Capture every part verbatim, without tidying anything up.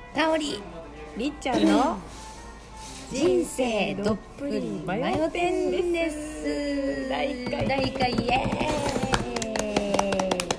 香りりっちゃんの人生どっぷりマヨテンです。 第一回第一回イエーイ。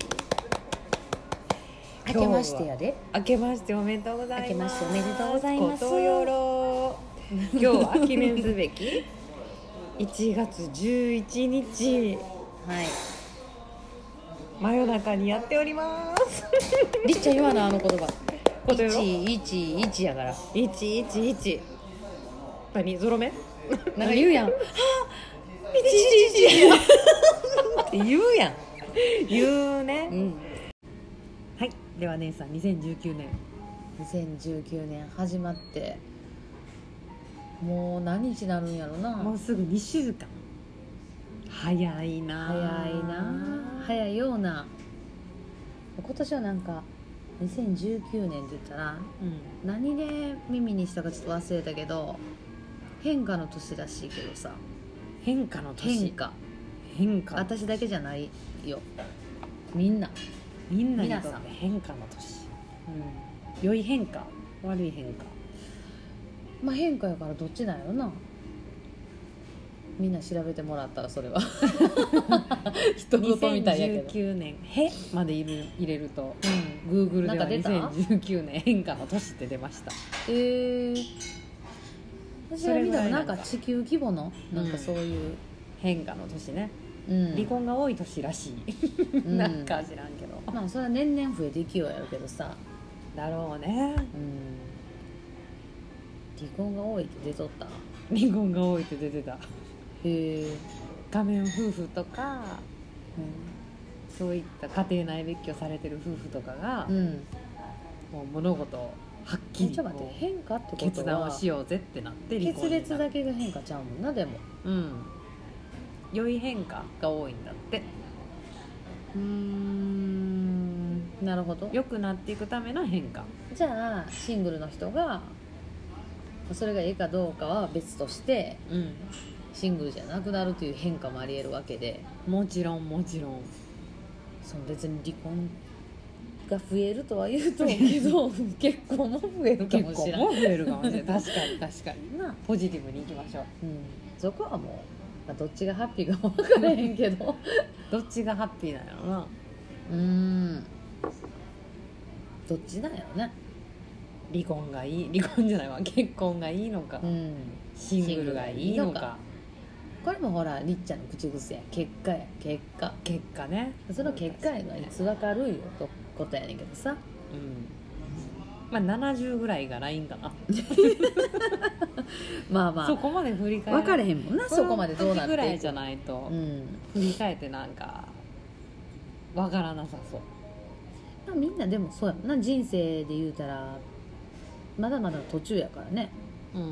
明けましてやで。 明けましておめでとうございます。 明けましておめでとうございます。 ことよろ。今日は記念すべきいちがつじゅういちにち、 はい、 真夜中にやっております。 りっちゃん言わなあの言葉。 ことよろいちいちいちやから。 いちいちいち。何ゾロ目？ なんか言うやん。はあ、いちいちいちって言うやん。 言うね。 うん。 はい。では姉さん、にせんじゅうきゅうねん。 にせんじゅうきゅうねん始まってもう何日になるんやろな。 もうすぐにしゅうかん。早いな。 早いな。早いような。今年はなんかにせんじゅうきゅうねんって言ったら、 うん、 何で耳にしたかちょっと忘れたけど、変化の年らしいけどさ。 変化の年。 変化変化。 私だけじゃないよ、みんなみんなにと皆さんって変化の年。 うん。 良い変化、悪い変化。 まあ変化やからどっちなんやろな。みんな調べてもらったらそれは一言みたいやけど。 にせんじゅうきゅうねんへまで入れ入れると、 うん、 Google ではなんか出たにせんじゅうきゅうねん変化の年って出ました。 えー、私が見たらなんか地球規模のなんかそういう、 変化の年ね、 うん、 離婚が多い年らしい、 うん、 なんか知らんけど、 まあそれは年々増えていきようやるけどさ、 だろうね。 うん、離婚が多いって出とった。 離婚が多いって出てた。 へえ。 仮面夫婦とか、 うそういった家庭内別居されてる夫婦とかが、 ん、うん、 もう物事をはっきりちょっと待って、変化ってことは決断をしようぜってなって離婚になる。 決裂だけが変化ちゃうもんな。でもうん良い変化が多いんだって。 うーん、なるほど。 良くなっていくための変化。 じゃあシングルの人がそれがいいかどうかは別として、 うんシングルじゃなくなるという変化もありえるわけで、 もちろんもちろんその別に離婚が増えるとは言うとけど結婚も増えるかもしれない。 結構も増えるかもしれない確かに確かにな、 ポジティブにいきましょう。 うん、そこはもう、まあ、どっちがハッピーか分からへんけどどっちがハッピーなんやろな。 うーん、どっちなんやろね。 離婚がいい離婚じゃないわ結婚がいいのか、 うん、 シングルがいいのか。 これもほらりっちゃんの口癖や、結果や結果。 結果ね。 その結果やのはいつ分かるよとことやねんけどさ。 うんまあななじゅうぐらいがラインかなまあまあそこまで振り返分かれへんもんな、そこまでどうなっていくぐらいじゃないと、 うん、 振り返ってなんか分からなさそう。 まあみんなでもそうやもんな、人生で言うたらまだまだ途中やからね。 うん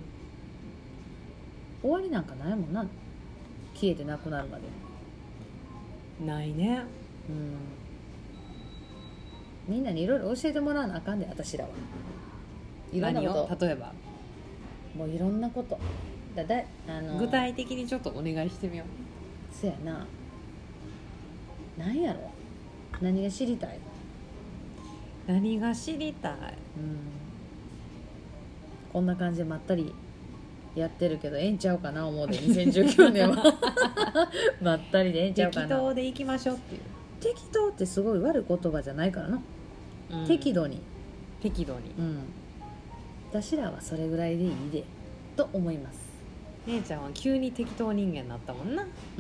終わりなんかないもんな、消えてなくなるまで。 ないね。 うん、みんなにいろいろ教えてもらわなあかんで、私らは。いろんな何をこと、 例えばもういろんなことだだあの具体的にちょっとお願いしてみよう。 そやな、何やろ、何が知りたい。 何が知りたい。 うん、こんな感じでまったりやってるけどええんちゃうかな思うで、にせんじゅうきゅうねんはまったりでええんちゃうかな。 適当でいきましょうっていう、 適当ってすごい悪い言葉じゃないからな、 うん適度に。 適度に。 うん私らはそれぐらいでいいでと思います。 姉ちゃんは急に適当人間になったもんな、 うん、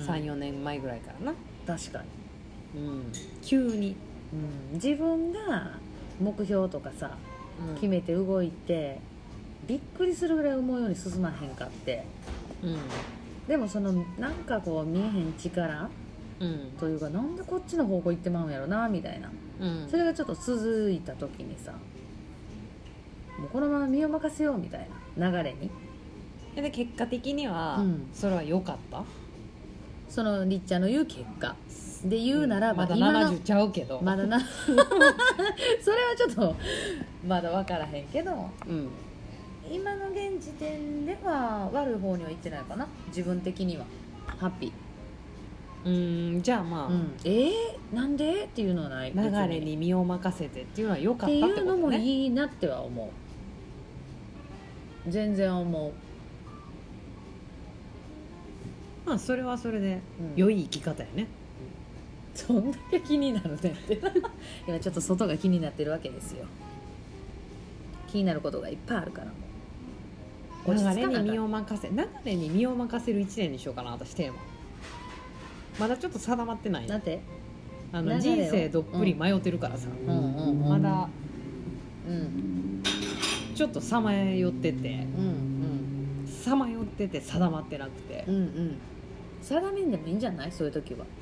さんよねんまえぐらいからな。 確かに、 うん急に、 うん、自分が目標とかさ、 うん、 決めて動いてびっくりするぐらい思うように進まへんかって、 うんでもそのなんかこう見えへん力うんというか、なんでこっちの方向行ってまうんやろなみたいな、 うんそれがちょっと続いた時にさ、もうこのまま身を任せようみたいな流れに、 で結果的には、 うんそれは良かった。 そのりっちゃんの言う結果で言うならば、 まだ今のななじゅうちゃうけど、 まだなそれはちょっとまだ分からへんけど、 うん今の現時点では悪い方には行ってないかな、自分的にはハッピー。 うんじゃあまあ、 うん、えー、なんでっていうのはない、 流れに身を任せてっていうのは良かったってことね。 っていうのもいいなっては思う、全然思う。 まあそれはそれでうん良い生き方やね、 そんだけ気になるねって今ちょっと外が気になってるわけですよ。気になることがいっぱいあるから、 流落ち着かなあかんれに身を任せ流れに身を任せるいちねんにしようかな私テーマ。まだちょっと定まってないなんてあの流れを人生どっぷり迷ってるからさ、 うんうんうんまだうんちょっとさまよっててうんさまよってて定まってなくてうんうんうん定めんでもいいんじゃない、そういう時は。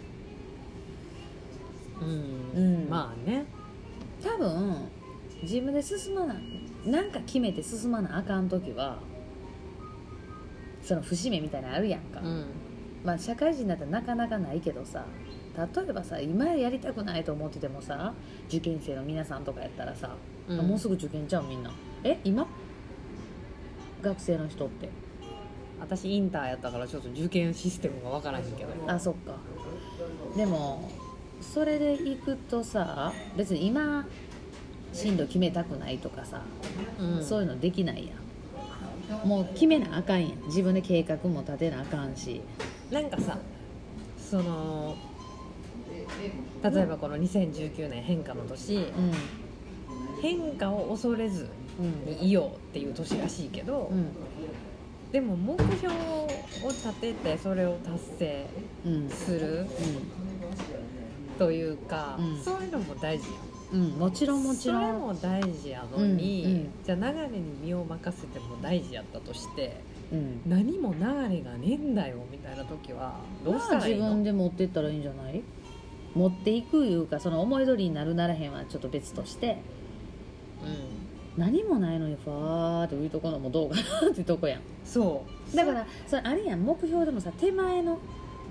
うん、 うんまあね多分自分で進まないなんか決めて進まなあかん時はその節目みたいなのあるやんか、 うんまあ社会人だったらなかなかないけどさ、例えばさ今やりたくないと思っててもさ、受験生の皆さんとかやったらさ、 うんあもうすぐ受験ちゃうみんな、え今学生の人って、 私インターやったからちょっと受験システムが分からへんけどあそっか。でもそれでいくとさ、別に今進路決めたくないとかさ、 うんそういうのできないやん。もう決めなあかんやん、自分で計画も立てなあかんし。 なんかさその例えばこのにせんじゅうきゅうねん変化の年、 うん変化を恐れずうんにいようっていう年らしいけど、 うんでも目標を立ててそれを達成うんするというか、 うんそういうのも大事やん。 うんうん、もちろんもちろん。 それも大事やのに、 うんうんじゃあ流れに身を任せても大事やったとしてうん、 何も流れがねえんだよみたいな時はどうしたらいいの？ まあ自分で持ってったらいいんじゃない。持っていくいうか、その思い通りになるならへんはちょっと別として、 うん、 何もないのにファーって浮いとこのもどうかなってとこやん。 そうだからそれあれやん、目標でもさ、手前のう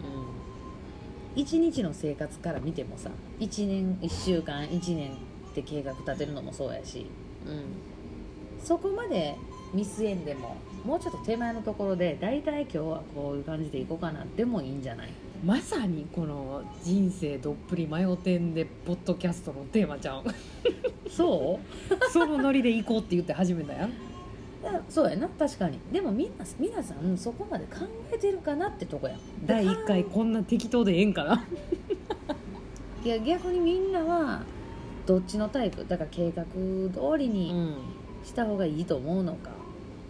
一日の生活から見てもさ、いちねんいっしゅうかんいちねんって計画立てるのもそうやし、 ん、うんそこまで見据えんでももうちょっと手前のところで、だいたい今日はこういう感じでいこうかなでもいいんじゃない。 まさにこの人生どっぷり迷ってんでポッドキャストのテーマちゃんそうそのノリで行こうって言って始めたやん。 いやそうやな、確かに。でもみんな皆さんそこまで考えてるかなってとこやん。 だいいっかいこんな適当でええんかな。 いや逆にみんなはどっちのタイプだから、計画通りうにん、 した方がいいと思うのか、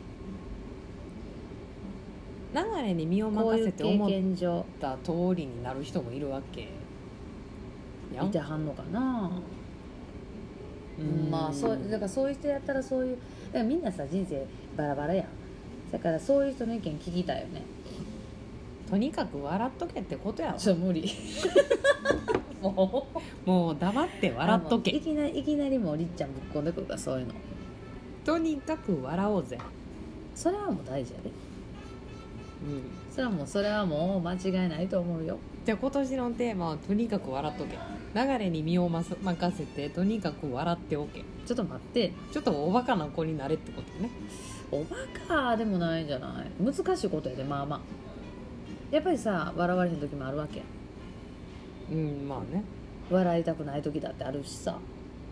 流れに身をこういう経任せて思っ験上た通りになる人もいるわけやん。 いてはんのかな。 うんまあそうだからそういう人やったらそういう、だからみんなさ人生バラバラやん。だからそういう人の意見聞きたいよね。 とにかく笑っとけってことやわ。 ちょ無理もうもう黙って笑っといけ。 きなりいきなりもうりっちゃんぶっこんでくるから、そういうの。 とにかく笑おうぜ。 それはもう大事やで。 うん、 それはもうそれはもう間違いないと思うよ。 じゃあ今年のテーマはとにかく笑っとけ。流れに身をま任せてとにかく笑っておけ。 ちょっと待って、 ちょっとおバカな子になれってことね。 おバカでもないんじゃない。難しいことやで。まあまあやっぱりさ、笑われへん時もあるわけや。 うんまあね。 笑いたくない時だってあるしさ、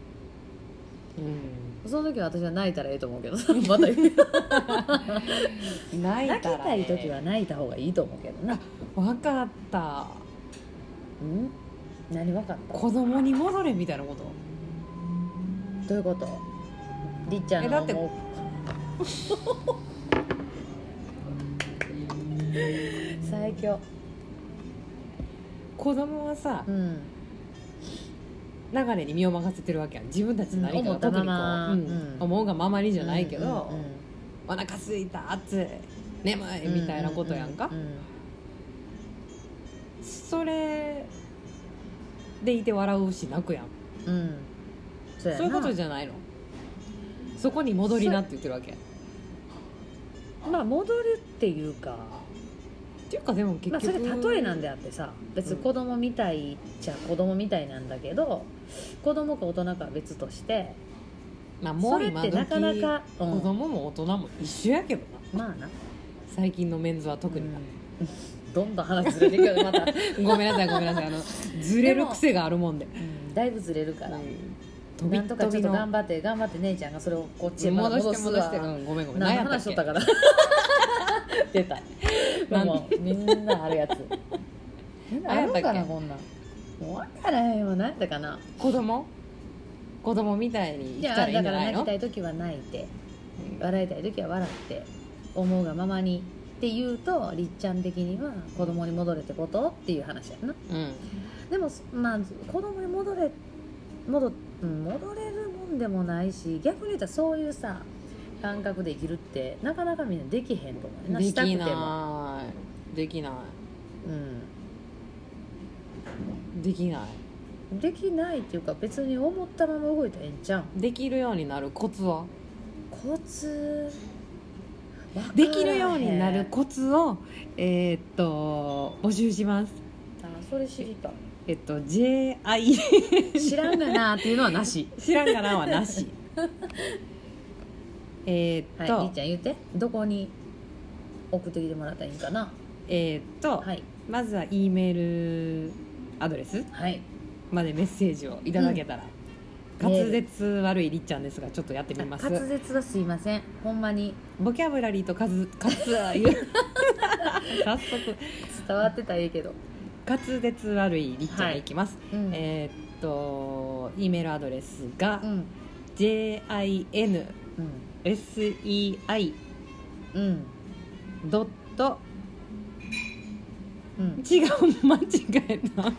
うん、 その時は私は泣いたらええと思うけどさまた言う泣い泣きたらたい時は泣いた方がいいと思うけどな。 分かった。 うん何分かった。 子供に戻れみたいなこと。 どういうこと。りっちゃんのえだって思う最強。 子供はさ、 うん流れに身を任せてるわけやん。自分たちの何か思ったが特にこう、 ままうんうん思うがままにじゃないけど、 うんうんうんお腹すいた暑い眠いみたいなことやんか、 うんうんうんそれでいて笑うし泣くやん。 うんうんそうやな。 そういうことじゃないの。そこに戻りなって言ってるわけ。っまあ戻るっていうか、 ていうかでも結まあ、 局、 それ例えなんであってさ、別に子供みたいじゃ子供みたいなんだけど、子供か大人かは別として、 まあ、もう今時それってなかなか、うん子供も大人も一緒やけどな。 まあな、 最近のメンズは特にな、 うんどんどん話ずれていくよねまたごめんなさいごめんなさいあのずれる癖があるもんで、 うん、だいぶずれるから、 うん、 なんとかちょっと頑張って頑張って姉ちゃんがそれをこっちへまだ戻して戻すわ戻して、うん、ごめんごめん何の話しとったかな出たでもみんなあるやつみんなあるんかなこんなんもう分からへんよ何やったかな子供子供みたいにいしたらいいやだからんじゃないの。 泣きたい時は泣いて、うん、笑いたい時は笑って思うがままにって言うとりっちゃん的には子供に戻れってことっていう話やな、 うん、 でもまあ子供に戻れ戻、うん、戻れるもんでもないし逆に言ったらそういうさ感覚で生きるってなかなかみんなできへんと思うな。 できしたくてもないできないうんできないできないっていうか別に思ったまま動いたらええんちゃうん。 できるようになるコツはコツできるようになるコツをえー、っと募集します。 あそれ知りたい。 えっと ジェイアイ知らんがなっていうのはなし知らんがなはなしえーっと、 はい、りっちゃん言ってどこに送ってきてもらったらいいんかな。 えーっと、 はい、 まずは E メールアドレスはいまでメッセージをいただけたら、うん、滑舌悪いりっちゃんですがちょっとやってみます。 滑舌はすいませんほんまにボキャブラリーと数数は言う早速伝わってたらいいけど滑舌悪いりっちゃんいきます、 はいうん、 えー、っと E メールアドレスが、 うん、 ジェイアイエヌエスイーアイ ドット、うん、違う間違えた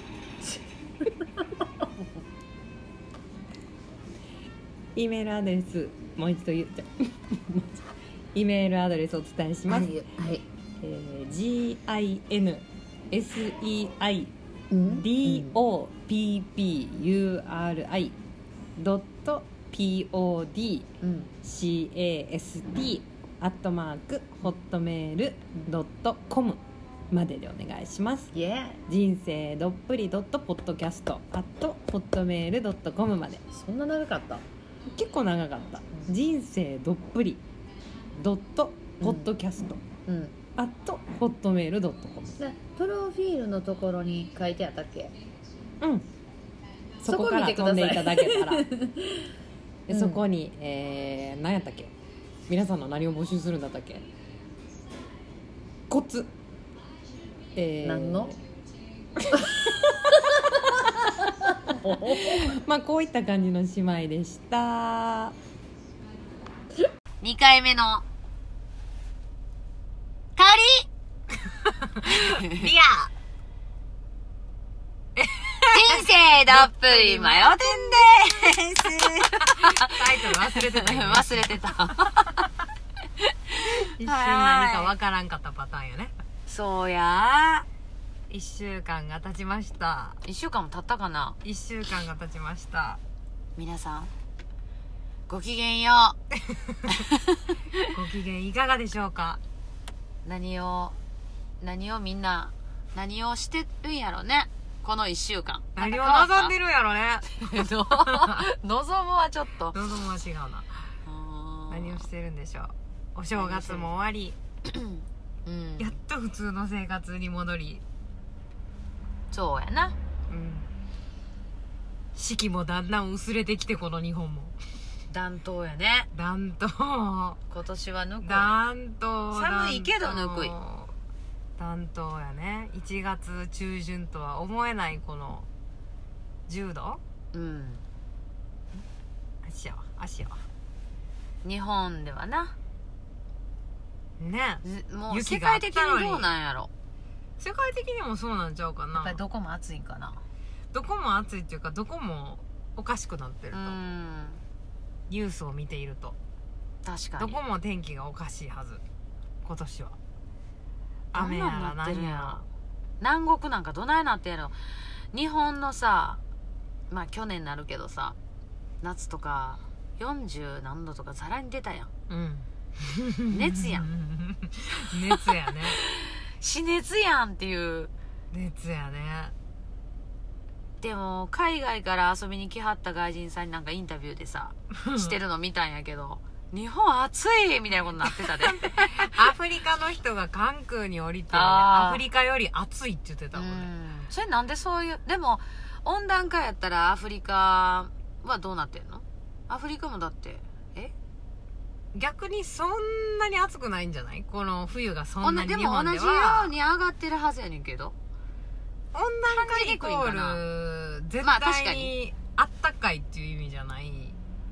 E メールアドレスもう一度言っちゃうE メールアドレスをお伝えします、はいはいえー、ジーアイエヌエスイーアイディーオーピーピーユーアールアイ ドット ピーオーディーシーエーエスティー アットマークホットメールドットコムまででお願いします。 Yeah. 人生どっぷりドットポッドキャストアットホットメールドットコムまで。 そんな長かった？ 結構長かった、うん、人生どっぷりドットポッドキャスト、うんうん、アットホットメールドットコム。 プロフィールのところに書いてあったっけ？ うんそこから飛んでいただけたらで、うん、そこに、えー、何やったっけ皆さんの何を募集するんだったっけコツ、えー、 何のまあこういった感じの姉妹でした。 にかいめの香りリア人生どっぷりマヨテンですタイトル忘れてた、ね、 忘れてた一瞬何かわからんかったパターンよね。 そうやいっしゅうかんが経ちました。 いっしゅうかんも経ったかな。 いっしゅうかんが経ちました。 皆さんごきげんようご機嫌いかがでしょうか。 何を何をみんな何をしてるんやろねこのいっしゅうかん。 何を望んでるんやろね望むはちょっと望むは違うな。何をしてるんでしょう。お正月も終わり、うん、やっと普通の生活に戻り、 そうやな、 うん、四季もだんだん薄れてきてこの日本も暖冬やね。 暖冬今年はぬくい暖冬寒いけどぬくい暖冬やね。いちがつ中旬とは思えないこのじゅうど。 うん足やわ足やわ日本ではなね。 もう世界的にどうなんやろ。 世界的にもそうなんちゃうかな。 やっぱりどこも暑いんかな。 どこも暑いっていうかどこもおかしくなってると、うん、ニュースを見ていると確かにどこも天気がおかしいはず。今年は雨やら何やら南国なんかどないなってんやろ。日本のさまあ去年なるけどさ夏とかよんじゅう何度とかざらに出たやん、うん、熱やん熱やね死熱やんっていう熱やね。 でも海外から遊びに来はった外人さんになんかインタビューでさしてるの見たんやけど日本暑いみたいなことになってたでアフリカの人が関空に降りてアフリカより暑いって言ってたもんね。 うんそれなんでそういうでも温暖化やったらアフリカはどうなってんの？アフリカもだってえ逆にそんなに暑くないんじゃない？この冬がそんなに日本では。 でも同じように上がってるはずやねんけど温暖化イコール絶対にあったかいっていう意味じゃない。うんうんうん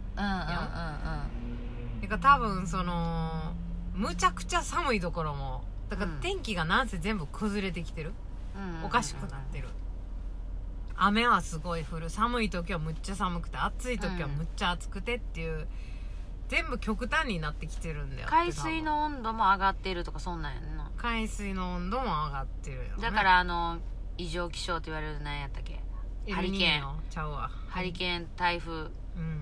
うんてか多分そのむちゃくちゃ寒いところもだから天気がなんせ全部崩れてきてる、うん、おかしくなってる。雨はすごい降る、寒い時はむっちゃ寒くて暑い時はむっちゃ暑くてっていう、うん、全部極端になってきてるんだよ。 海水の温度も上がってるとかそんなんやんな。 海水の温度も上がってるよ、ね、 だからあの異常気象と言われる何やったっけハリケーンちゃうわハリケーン台風、うん、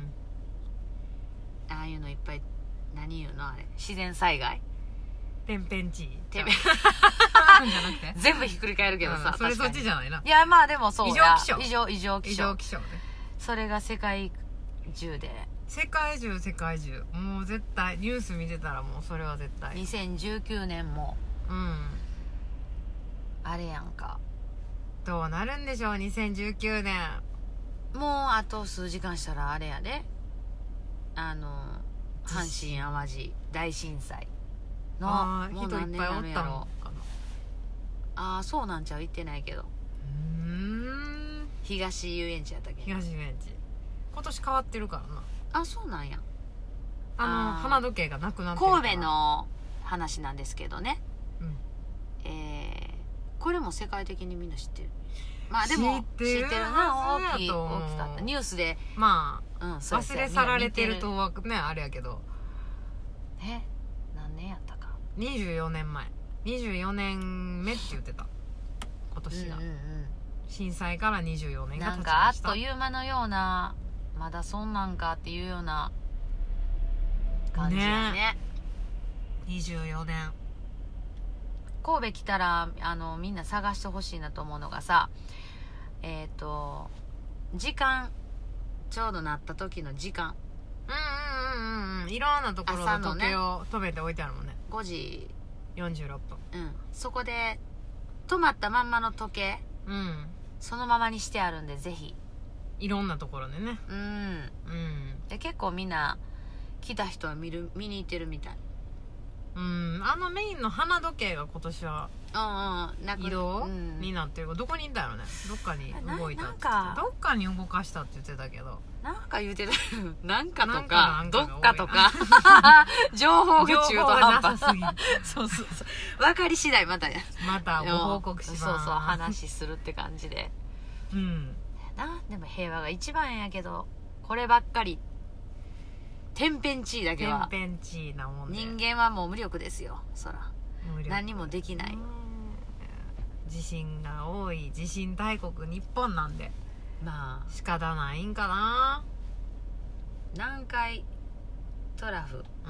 ああいうのいっぱい何言うのあれ自然災害天変地異天変全部ひっくり返るけどさ、 うん、それそっちじゃないな。 いやまあでもそう異常気象異常異常気象異常気象ね。 それが世界中で世界中世界中もう絶対ニュース見てたらもうそれは絶対にせんじゅうきゅうねんもうんあれやんか。 どうなるんでしょうにせんじゅうきゅうねん。もうあと数時間したらあれやであの阪神・淡路大震災のあもう何年なるんやろ。 ああそうなんちゃう行ってないけど。うーん東遊園地やったっけ。 東遊園地今年変わってるからな。 あそうなんや。 あのあ花時計がなくなってるから。 神戸の話なんですけどね、 うんえー、これも世界的にみんな知ってる。まあでも知ってる知ってるな。大きい大きかったニュースでまあ、うん、 そう忘れ去られてるとはねあれやけどえ何年やったかにじゅうよねんまえにじゅうよねんめって言ってた今年が、うんうんうん、震災からにじゅうよねんが経ちました。 なんかあっという間のようなまだそんなんかっていうような感じやね。ねにじゅうよねん神戸来たらあのみんな探してほしいなと思うのがさえっ、ー、と時間ちょうどなった時の時間うんうんうんうんいろんなところの時計を止めておいてあるもんね。 ごじよんじゅうろっぷんうんそこで止まったまんまの時計、うん、そのままにしてあるんでぜひいろんなところでねうん、うん、で結構みんな来た人は見る見に行ってるみたい。 うんあのメインの花時計が今年は移動、うん、になってる。どこにいんだろうね。どっかに動いたってかどっかに動かしたって言ってたけどなんか言うてるなんかとかどっかとか情報が中途半端そうそうそう分かり次第またまたご報告します。 そうそう話するって感じでうんな。でも平和が一番やけどこればっかり天変地異だけは天変地異なもんで人間はもう無力ですよ。そら何もできない。 地震が多い地震大国日本なんでまあ仕方ないんかな。 南海トラフ、うん、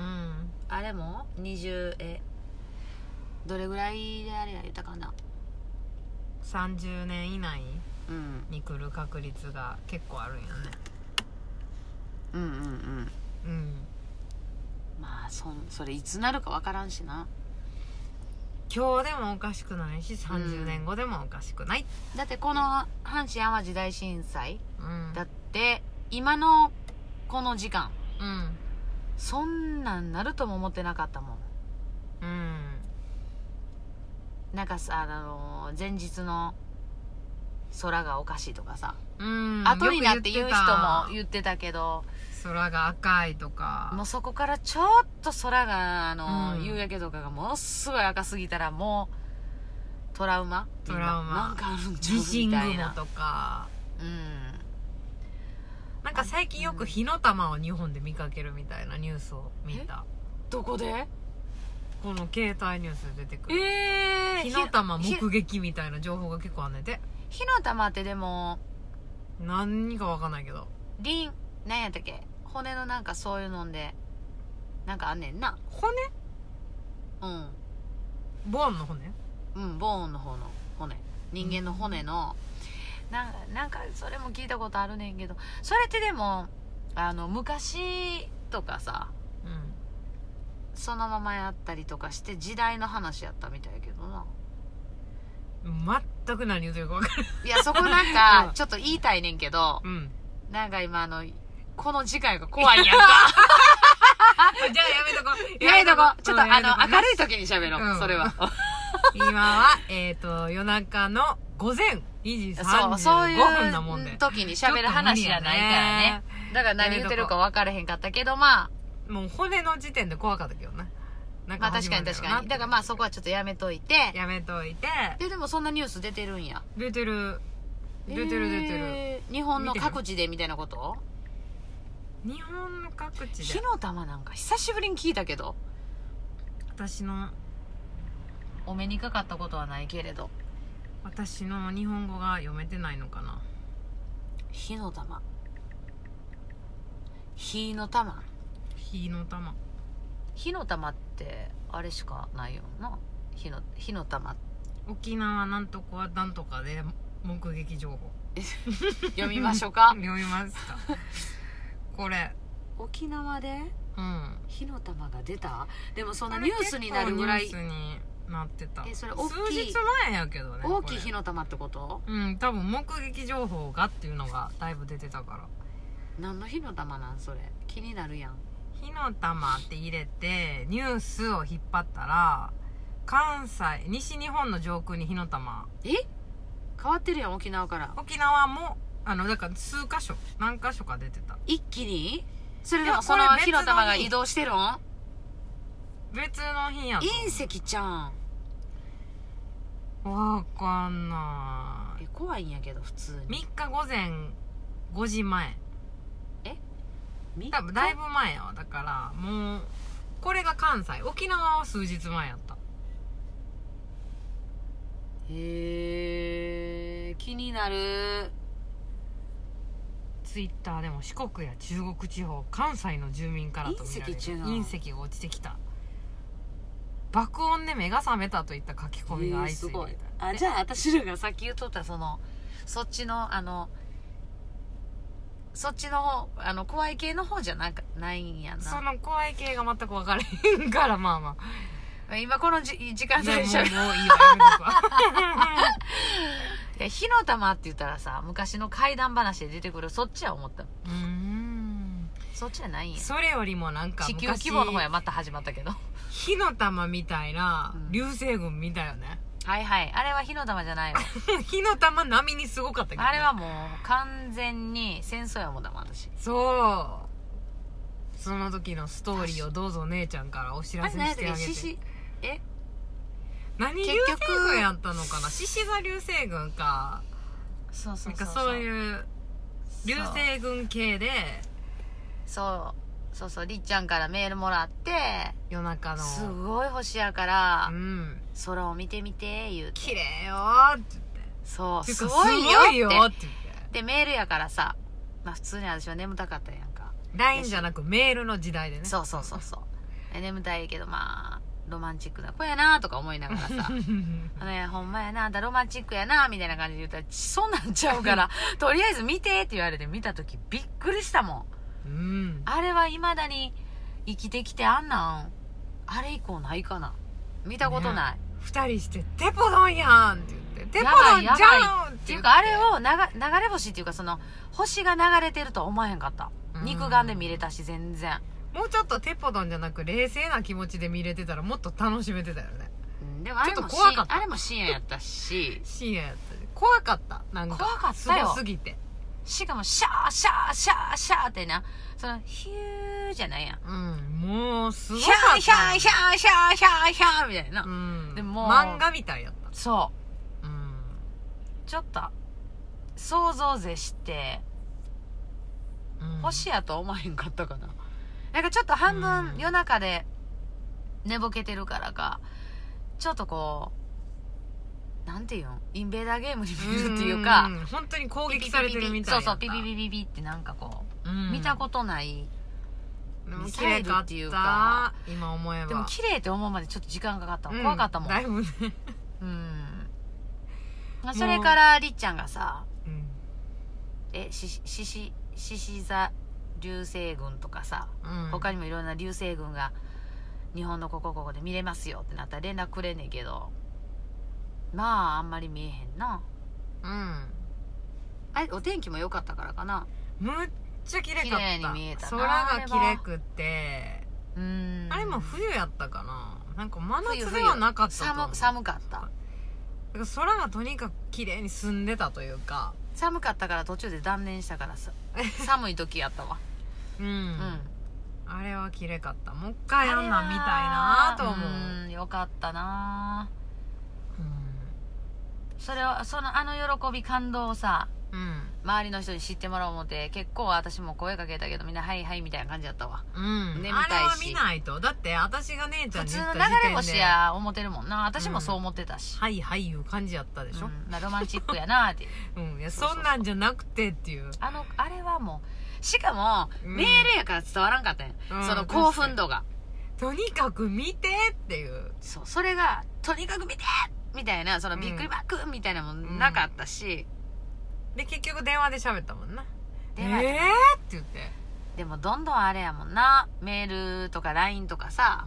あれもにじゅうえどれぐらいであれや言ったかなさんじゅうねん以内に来る確率が結構あるんやね。 うんうんうんうん、まあ そ, それいつなるか分からんしな。 今日でもおかしくないしさんじゅうねんごでもおかしくない、 うん、だってこの阪神・淡路大震災、うん、だって今のこの時間、うん、そんなんなるとも思ってなかったもん、うん、なんかさあの前日の空がおかしいとかさ、うん、後になって言う人も言ってたけど空が赤いとかもうそこからちょっと空があの、うん、夕焼けとかがものすごい赤すぎたらもうトラウマトラウマなんかあるんちゃうみたいな。 地震雲とかうんなんか最近よく火の玉を日本で見かけるみたいなニュースを見た。 どこで？ この携帯ニュースで出てくる、 えー、 火の玉目撃みたいな情報が結構あんねんて。 火の玉ってでも何か分かんないけどリン何やったっけ骨のなんかそういうのでなんかあんねんな。 骨？ うんボーンの骨？ うんボーンの方の骨人間の骨の、うん、なんかなんかそれも聞いたことあるねんけどそれってでもあの昔とかさ、 そのままやったりとかして時代の話やったみたいやけどな。 全く何言うてるか分かる。 いやそこなんかちょっと言いたいねんけど、 うん、 なんか今あのこの時間が怖いんやんか。 じゃあやめとこうやめとこうちょっとあの明るい時に喋ろう、うん、それは今はえっ、ー、と夜中の午前にじさんじゅうごふんなもんで、 そうそういう時に喋る話じゃないからね。だから何言ってるか分からへんかったけど、まあもう骨の時点で怖かったけどね。 なんかまあ確かに確かに。だからまあそこはちょっとやめといてやめといてででもそんなニュース出てるんや。 出てる出てる出てる、 えー、日本の各地でみたいなこと？ 日本の各地で火の玉なんか久しぶりに聞いたけど、 私のお目にかかったことはないけれど、 私の日本語が読めてないのかな。 火の玉、火の玉、 火の玉、 火の玉ってあれしかないよな。火の火の玉、 沖縄なんとかなんとかで目撃情報読みましょうか。 読みますか。これ沖縄で、 うん、 火の玉が出た。でもそんなニュースになるぐらいニュースになってた。 えそれ大きい、 数日前やけどね。 大きい火の玉ってこと？ うん多分目撃情報がっていうのがだいぶ出てたから。 何の火の玉なんそれ、気になるやん。 火の玉って入れてニュースを引っ張ったら関西西日本の上空に火の玉、 え変わってるやん沖縄から。 沖縄もあのだから数箇所何箇所か出てた。 一気にそれでもその火の玉が移動してるん？ 別の日やん。 隕石ちゃん。 わかんない。 え怖いんやけど普通に。 みっかごぜんごじまえ。 え多分だいぶ前やわ。だからもうこれが関西、沖縄は数日前やった。 へえ気になる。 ツイッターでも四国や中国地方、関西の住民からと見られる隕石が落ちてきた、爆音で目が覚めたといった書き込みが相次いで、えー、すごい。 あじゃあ私らがさっき言っとったそのそっちのあのそっちのあの怖い系の方じゃなくないんやな。 その怖い系が全く分からへんからまあまあ今このじ時間帯でしょ。もういいわやめとくわ。いや火の玉って言ったらさ昔の怪談話で出てくるそっちは思った。うーんそっちじゃないんや。 それよりもなんか地球規模の方やまた始まったけど火の玉みたいな流星群見たよね、 うん、はいはいあれは火の玉じゃないわ。 火の玉並みにすごかったけど、ね、 あれはもう完全に戦争やもんだもん私。 そうその時のストーリーをどうぞ姉ちゃんからお知らせしてあげて。 え何流星群やったのかな。獅子座流星群か。 そうそうそうそう。 なんかそういう流星群系で、 そうそうそうりっちゃんからメールもらって夜中のすごい星やから、 うん、 空を見てみて言うて綺麗よーって言って、 そうすごいよってって言ってでメールやからさ、まあ普通に私は眠たかったやんか。 ライン じゃなくメールの時代でね。 そうそうそうそう眠たいけどまあロマンチックな子やなとか思いながらさあのほんまやなあんたロマンチックやなみたいな感じで言ったらそんなんちゃうからとりあえず見てって言われて見た時びっくりしたもん、うん、あれは未だに生きてきてあんなんあれ以降ないかな。見たことない、ね、 二人してテポドンやんって言ってテポドンじゃんっていうかあれを流流れ星っていうかその星が流れてるとは思わへんかった、うん、肉眼で見れたし全然。 もうちょっとテポドンじゃなく冷静な気持ちで見れてたらもっと楽しめてたよね、 うん、でもあれもちょっと怖かった。あれも深夜やったし深夜やった怖かったなんか怖かったよすごすぎて。 しかもシャーシャーシャーシャーってなそのヒューじゃないやん、 うん、もうすごかったシャーシャーシャーシャーシャーシャーみたいな、うん、 でも漫画みたいやった。 そう、うん、ちょっと想像絶して、うん、星やと思わへんかったかな。なんかちょっと半分夜中で寝ぼけてるからかちょっとこうなんていうんインベーダーゲームに見るっていうか、 うん本当に攻撃されてるみたいな。 そうそうピピピピピってなんかこう、うん、見たことないミサイルっていうか今思えば。 でも綺麗って思うまでちょっと時間かかった、うん、怖かったもんだいぶねうんそれからりっちゃんがさ、うん、えししししし座流星群とかさ、うん、他にもいろんな流星群が日本のここここで見れますよってなったら連絡くれんねんけど、まああんまり見えへんな。 うん。 あれお天気も良かったからかな。 むっちゃ綺麗かった。 綺麗に見えたな。 空が綺麗くって、 うーん、 あれも冬やったかな。なんか真夏ではなかったと思う。 寒寒かった。 だから空がとにかく綺麗に澄んでたというか。 寒かったから途中で断念したからさ寒い時やったわ。 うん、うん、あれは綺麗かった。もう一回あんなん見たいなと思う。 うん、よかったな。 うん、 それはそのあの喜び感動をさ、 うん、 周りの人に知ってもらおう思って結構私も声かけたけどみんなはいはいみたいな感じだったわ。 うん、ね、あれは見ないと。だって私が姉ちゃんに言った時点で普通の流れ星や思ってるもんな。私もそう思ってたし、 うん、はいはいいう感じやったでしょ、 うん、まあ、ロマンチックやなってうん、いやそんなんじゃなくてっていう、 あのあれはもうしかも、うん、メールやから伝わらんかったんや、うん、その興奮度がとにかく見てっていう、 そうそれがとにかく見てみたいな、そのびっくりマークみたいなもんなかったし、 うん、で結局電話で喋ったもんな。 電話で、 えーって言って。 でもどんどんあれやもんな、メールとか ライン とかさ、 うん、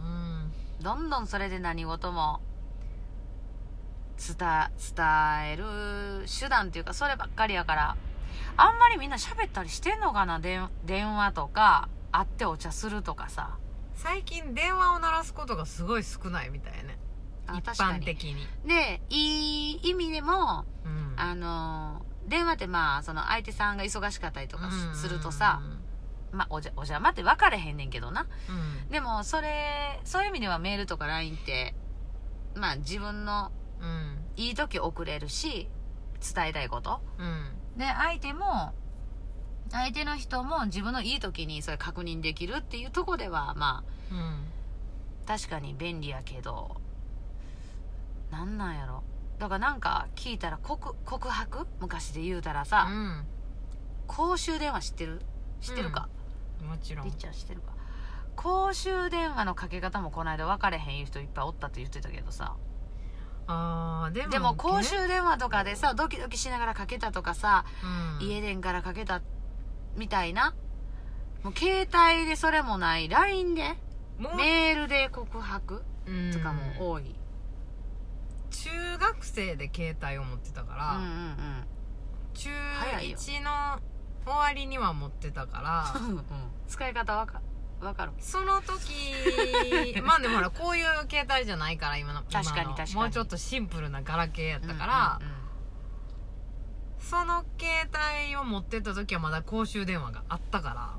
どんどんそれで何事も伝伝える手段っていうかそればっかりやから、あんまりみんな喋ったりしてんのかな。電話とか会ってお茶するとかさ。 最近電話を鳴らすことがすごい少ないみたいね、一般的に。 でいい意味でも、 うん、 あの電話ってまあその相手さんが忙しかったりとかするとさ、まあおじゃお邪魔って分かれへんねんけどな、 うん、ででもそれそういう意味ではメールとか ライン ってまあ自分のいい時送れるし伝えたいこと、 うん、 で相手も相手の人も自分のいい時にそれ確認できるっていうとこではまあ、 うん、 確かに便利やけど、なんなんやろ。だからなんか聞いたら 告, 告白昔で言うたらさ、 うん、 公衆電話知ってる知ってるか、 うん、もちろんりっちゃん知ってるか。公衆電話のかけ方もこの間分かれへんいう人いっぱいおったって言ってたけどさ、 あでもでも公衆電話とかでさドキドキしながらかけたとかさ、 うん、 家電からかけたみたいな、もう携帯でそれもない ライン でメールで告白とかも多い。 中学生で携帯を持ってたから、 うんうんうん、 中いちの終わりには持ってたからうん、使い方わかわかる。 その時まあでもほらこういう携帯じゃないから今の確かに確かにもうちょっとシンプルなガラケーやったから、 うんうんうん、 その携帯を持ってた時はまだ公衆電話があったから、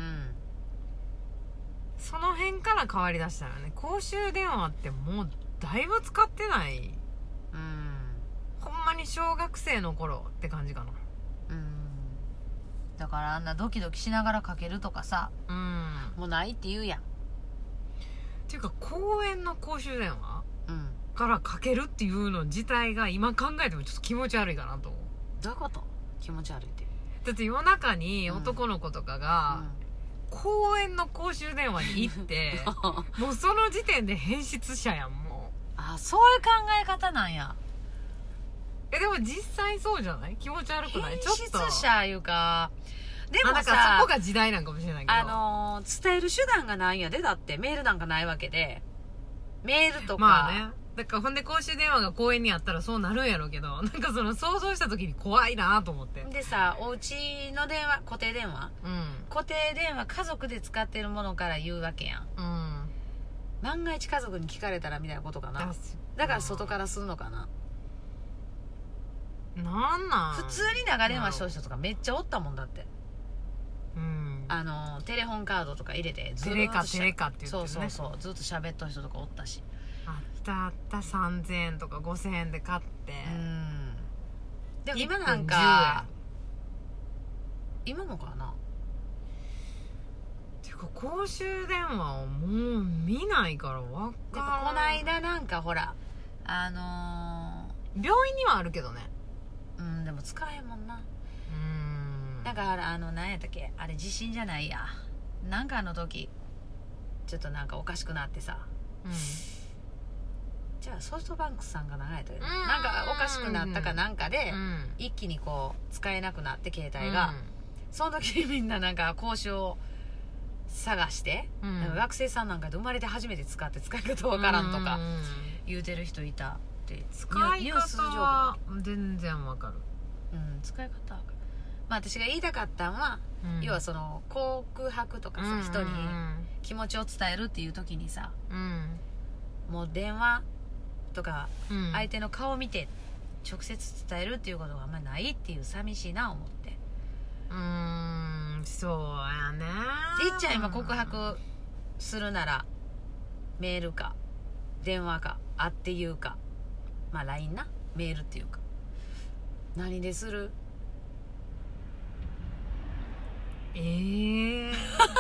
うん、 その辺から変わりだしたよね。公衆電話ってもうだいぶ使ってない、 うん、 ほんまに小学生の頃って感じかな。 うん、だからあんなドキドキしながらかけるとかさ、 うん、 もうないって言うやん。 っていうか公園の公衆電話、 うん、 からかけるっていうの自体が今考えてもちょっと気持ち悪いかなと思う。 どういうこと？気持ち悪いって。 だって夜中に男の子とかが、うん、公園の公衆電話に行ってもうその時点で変質者やん。もうあ、そういう考え方なんや。 えでも実際そうじゃない？気持ち悪くない？ 変ちょっと質者いうか、でもさ、 なんかそこが時代なんかもしれないけど、 あのー、伝える手段がないんやで。だってメールなんかないわけで、メールとかまあね、だからほんで公衆電話が公園にあったらそうなるんやろうけど、なんかその想像した時に怖いなと思って。 でさ、お家の電話、固定電話、 うん、 固定電話家族で使ってるものから言うわけやん、 うん、 万が一家族に聞かれたらみたいなことかな。だから外からするのかな。 なんなん普通に長電話した人とかめっちゃおったもんだって、 うん、 あのテレホンカードとか入れてずっとテレカテレカって言ってね、 そうそうそう、ずっと喋った人とかおったし、 あったあったさんぜんえんとかごせんえんで買って、 うん、でも今なんか今もかな。 てか公衆電話をもう見ないから分からん。 この間なんかほらあのー、病院にはあるけどね。 うん、でも使えんもんな。 うん、 だからあの何やったっけ、あれ地震じゃないや、なんかあの時ちょっとなんかおかしくなってさ、 うん、 じゃあソフトバンクさんが長いというなんかおかしくなったかなんかで、うん、一気にこう使えなくなって携帯が、うん、その時みんななんか交渉探して、 うん、 なんか学生さんなんかで生まれて初めて使って使い方わからんとか言うてる人いたって使い方は全然わかる、 うん、使い方はまあ私が言いたかったのは、うん、要はその告白とかさ、うんうんうん、人に気持ちを伝えるっていう時にさ、うん、もう電話とか相手の顔を見て直接伝えるっていうことがあんまりないっていう寂しいな思って、 うーんそうやね。 いっちゃん今告白するならメールか電話か会って言うか、まあ ライン な、メールっていうか何でする？ えー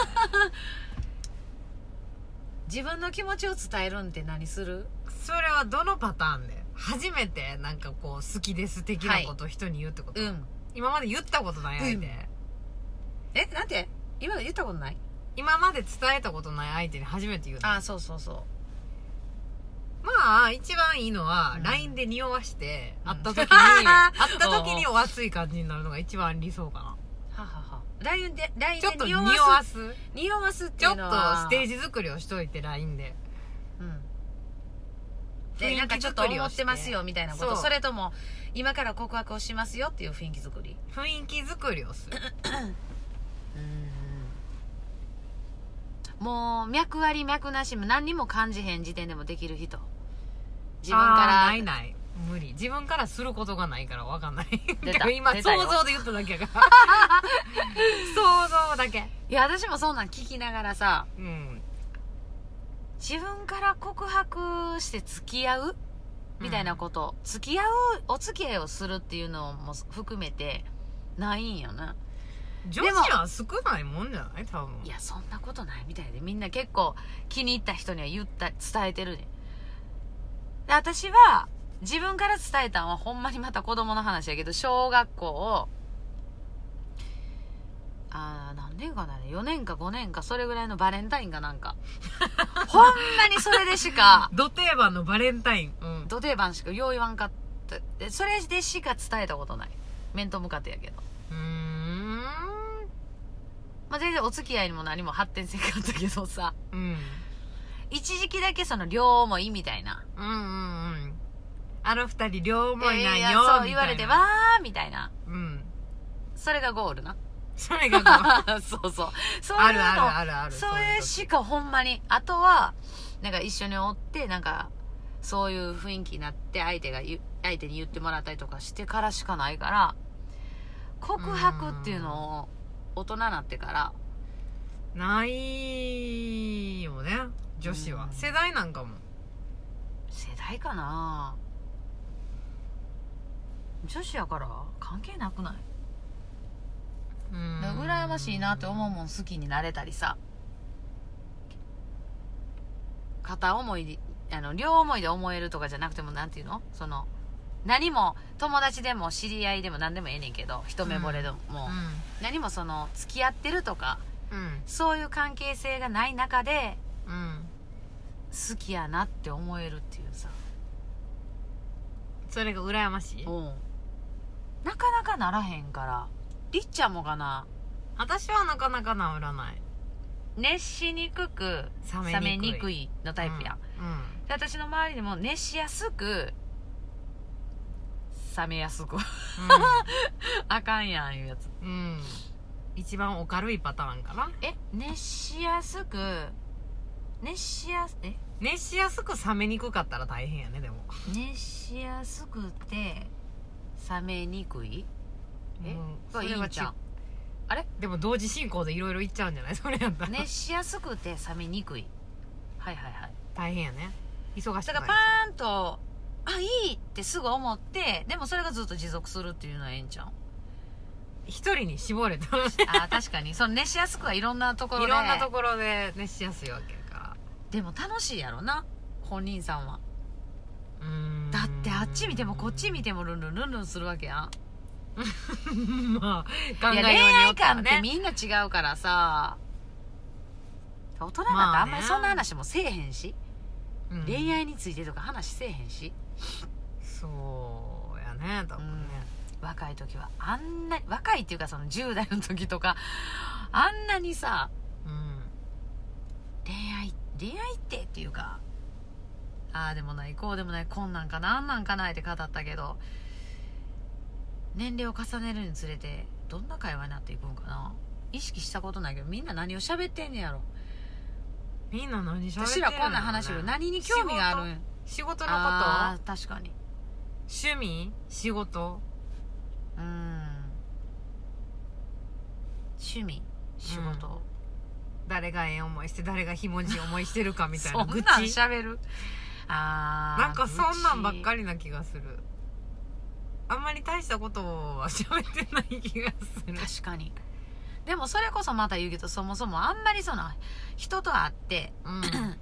自分の気持ちを伝えるんって何する？ それはどのパターンで初めてなんかこう好きです的なことを人に言うってこと、はい、うん、今まで言ったことない相手、うん、 えなんて今まで言ったことない？ 今まで伝えたことない相手に初めて言うの。 ああそうそうそう。 まあ一番いいのは、うん、ライン で匂わして会った時に、うん、会った時にお熱い感じになるのが一番理想かな。ははは ライン で ラインでちょっと匂わす匂わすっていうのはちょっとステージ作りをしといて ライン で、 うんでなんかちょっと思ってますよみたいなこと、 そ, それとも今から告白をしますよっていう雰囲気作り雰囲気作りをするうんもう脈あり脈なしも何にも感じへん時点でもできる人、自分からないない無理、自分からすることがないから分かんない今想像で言っただけやから想像だけ。 いや私もそんなん聞きながらさ、うん、自分から告白して付き合うみたいなこと、うん、付き合うお付き合いをするっていうのも含めてないんよな。 女子は少ないもんじゃない多分。 いやそんなことないみたいで、みんな結構気に入った人には言った伝えてるね。で私は自分から伝えたのはほんまにまた子供の話やけど、小学校をあー何年かな、よねんかごねんかそれぐらいのバレンタインかなんかほんまにそれでしかド定番のバレンタイン、 うん、ド定番しかよう言わんかった。でそれでしか伝えたことない、面と向かってやけど。うーんまあ全然お付き合いにも何も発展せんかったけどさ、うん、一時期だけその両思いみたいな、うんうんうん、 あの二人両思いなんよ、えー、 そう言われてわーみたいな、うん、それがゴールな。 それがゴールそうそうそういうのあるあるあるある、それしかほんまに、あとはなんか一緒におってなんかそういう雰囲気になって相手が相手に言ってもらったりとかしてからしかないから、告白っていうのを大人になってからないよね女子は。世代なんかも世代かな、女子やから関係なくない？うん、羨ましいなって思うもん好きになれたりさ、片思いであの両思いで思えるとかじゃなくても、なんていうの、その何も友達でも知り合いでも何でもええねんけど、一目惚れでも、うんうん、何もその付き合ってるとか、うん、そういう関係性がない中で、うん、好きやなって思えるっていうさ、 それが羨ましい。 うんなかなかならへんから。りっちゃんもかな。 私はなかなか治らない。 熱しにくく冷めにくいのタイプやん、うんうん、で私の周りでも熱しやすく冷めやすく、うん、あかんやんいうやつ、うん、 一番お軽いパターンかな。 え熱しやすく熱しやすえ熱しやすく冷めにくかったら大変やね。でも熱しやすくて冷めにくい、え、うん、それはいいんちゃう。あれでも同時進行でいろいろ言っちゃうんじゃないそれやったら。 熱しやすくて冷めにくい、はいはいはい、 大変やね。忙しい。 だからパーンとあいいってすぐ思って、でもそれがずっと持続するっていうのはええんちゃう。 一人に絞れたらねあ確かにその熱しやすくはいろんなところでいろんなところで熱しやすいわけやから。 でも楽しいやろな本人さんは。うーんだってあっち見てもこっち見てもルンルンルンルンするわけやんまあ考えようによってはね、いや恋愛観ってみんな違うからさ、大人なんてあんまりそんな話もせえへんし、まあね、恋愛についてとか話せえへんし、 うん、そうやね多分ね、 うん、若い時はあんな若いっていうかそのじゅう代の時とかあんなにさ、うん、 恋愛ってっていうか、ああでもないこうでもないこんなんかなんなんかないって語ったけど、年齢を重ねるにつれてどんな会話になっていくんかな。意識したことないけど、みんな何を喋ってんねやろ。 みんな何喋ってんの、ね、 私らこんな話を何に興味があるん。 仕事のこと、 あ確かに趣味仕事、 うん趣味仕事、うん、 誰がええ思いして誰がひもじい思いしてるかみたいなそんなん喋る。あーなんかそんなんばっかりな気がする。あんまり大したことは喋ってない気がする。 確かに。でもそれこそまた言うけど、そもそもあんまりその人と会って、うん、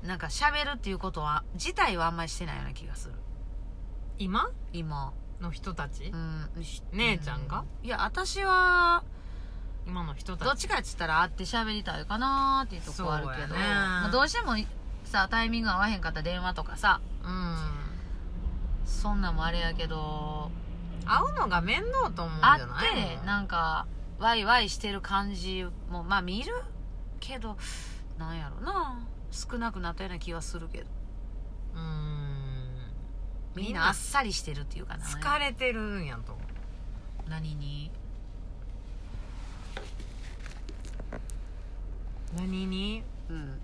なんか喋るっていうことは自体はあんまりしてないような気がする。 今今の人たち、 うん、 姉ちゃんが、 うん、いや私は今の人たちどっちかっつったら会って喋りたいかなーっていうとこあるけど、まあ、どうしてもさタイミング合わへんかったら電話とかさ、うん、そんなんもあれやけど、 会うのが面倒と思うんじゃないの。 会ってなんかワイワイしてる感じもまあ見るけど、なんやろな、少なくなったような気はするけど、うーんみんなあっさりしてるっていうかな、 疲れてるんやと。 何に何にうん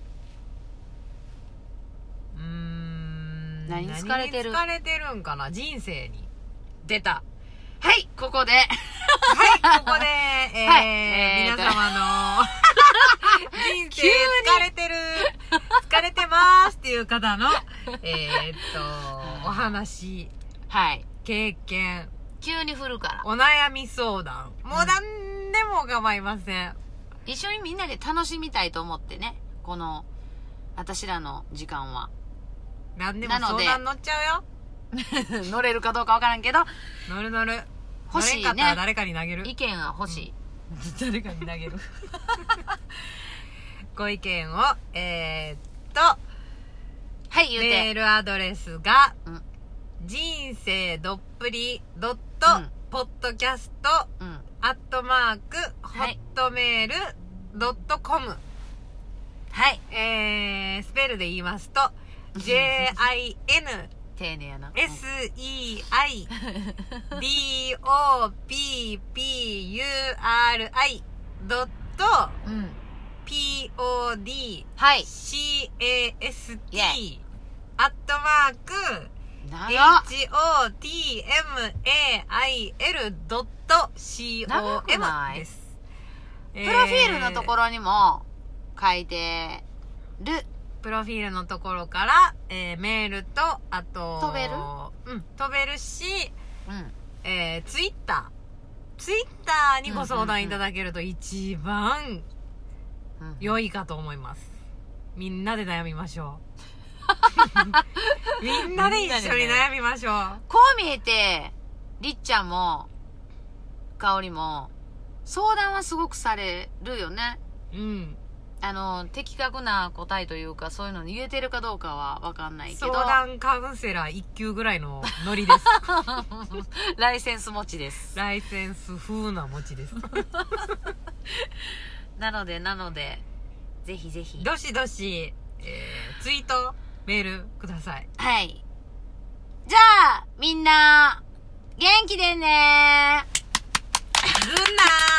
うーん何に疲れてる何に疲れてるんかな。人生に出た。はいここではいここで、えーはいえー、皆様の人生疲れてる疲れてますっていう方のえーっとお話、 はい、 経験、 急に振るからお悩み相談、もう何でも構いません、うん、 一緒にみんなで楽しみたいと思ってね、この私らの時間は何でも相談乗っちゃうよ乗れるかどうかわからんけど、 乗る乗る、 欲しいね、 乗れんかったら誰かに投げる、 意見は欲しい、うん、誰かに投げるご意見をえー、っとはい言うて、 メールアドレスが、うん、人生どっぷりドットポッドキャストアットマークホットメールドットコム、 はい、 えー、スペルで言いますとジェイアイエヌ丁寧やなエスイーアイディーオーピーピーユーアールアイドット ピーオーディーシーエーエスティー アットマーク エイチオーティーエムエーアイエルドットシーオーエム です。 プロフィールのところにも書いてる。 プロフィールのところから、えー、メールと、あと、 飛べる？ うん、飛べるし、 うん、 えー、ツイッター。ツイッターにご相談いただけると一番良いかと思います。みんなで悩みましょう。みんなで一緒に悩みましょう。 こう見えて、りっちゃんも、かおりも、相談はすごくされるよね。 うん。 あの的確な答えというかそういうのに言えてるかどうかは分かんないけど、 相談カウンセラーいっ級ぐらいのノリですライセンス持ちです。 ライセンス風な持ちですなのでなのでぜひぜひどしどし、えー、ツイートメールください。 はい、じゃあみんな元気でねー。 グッナー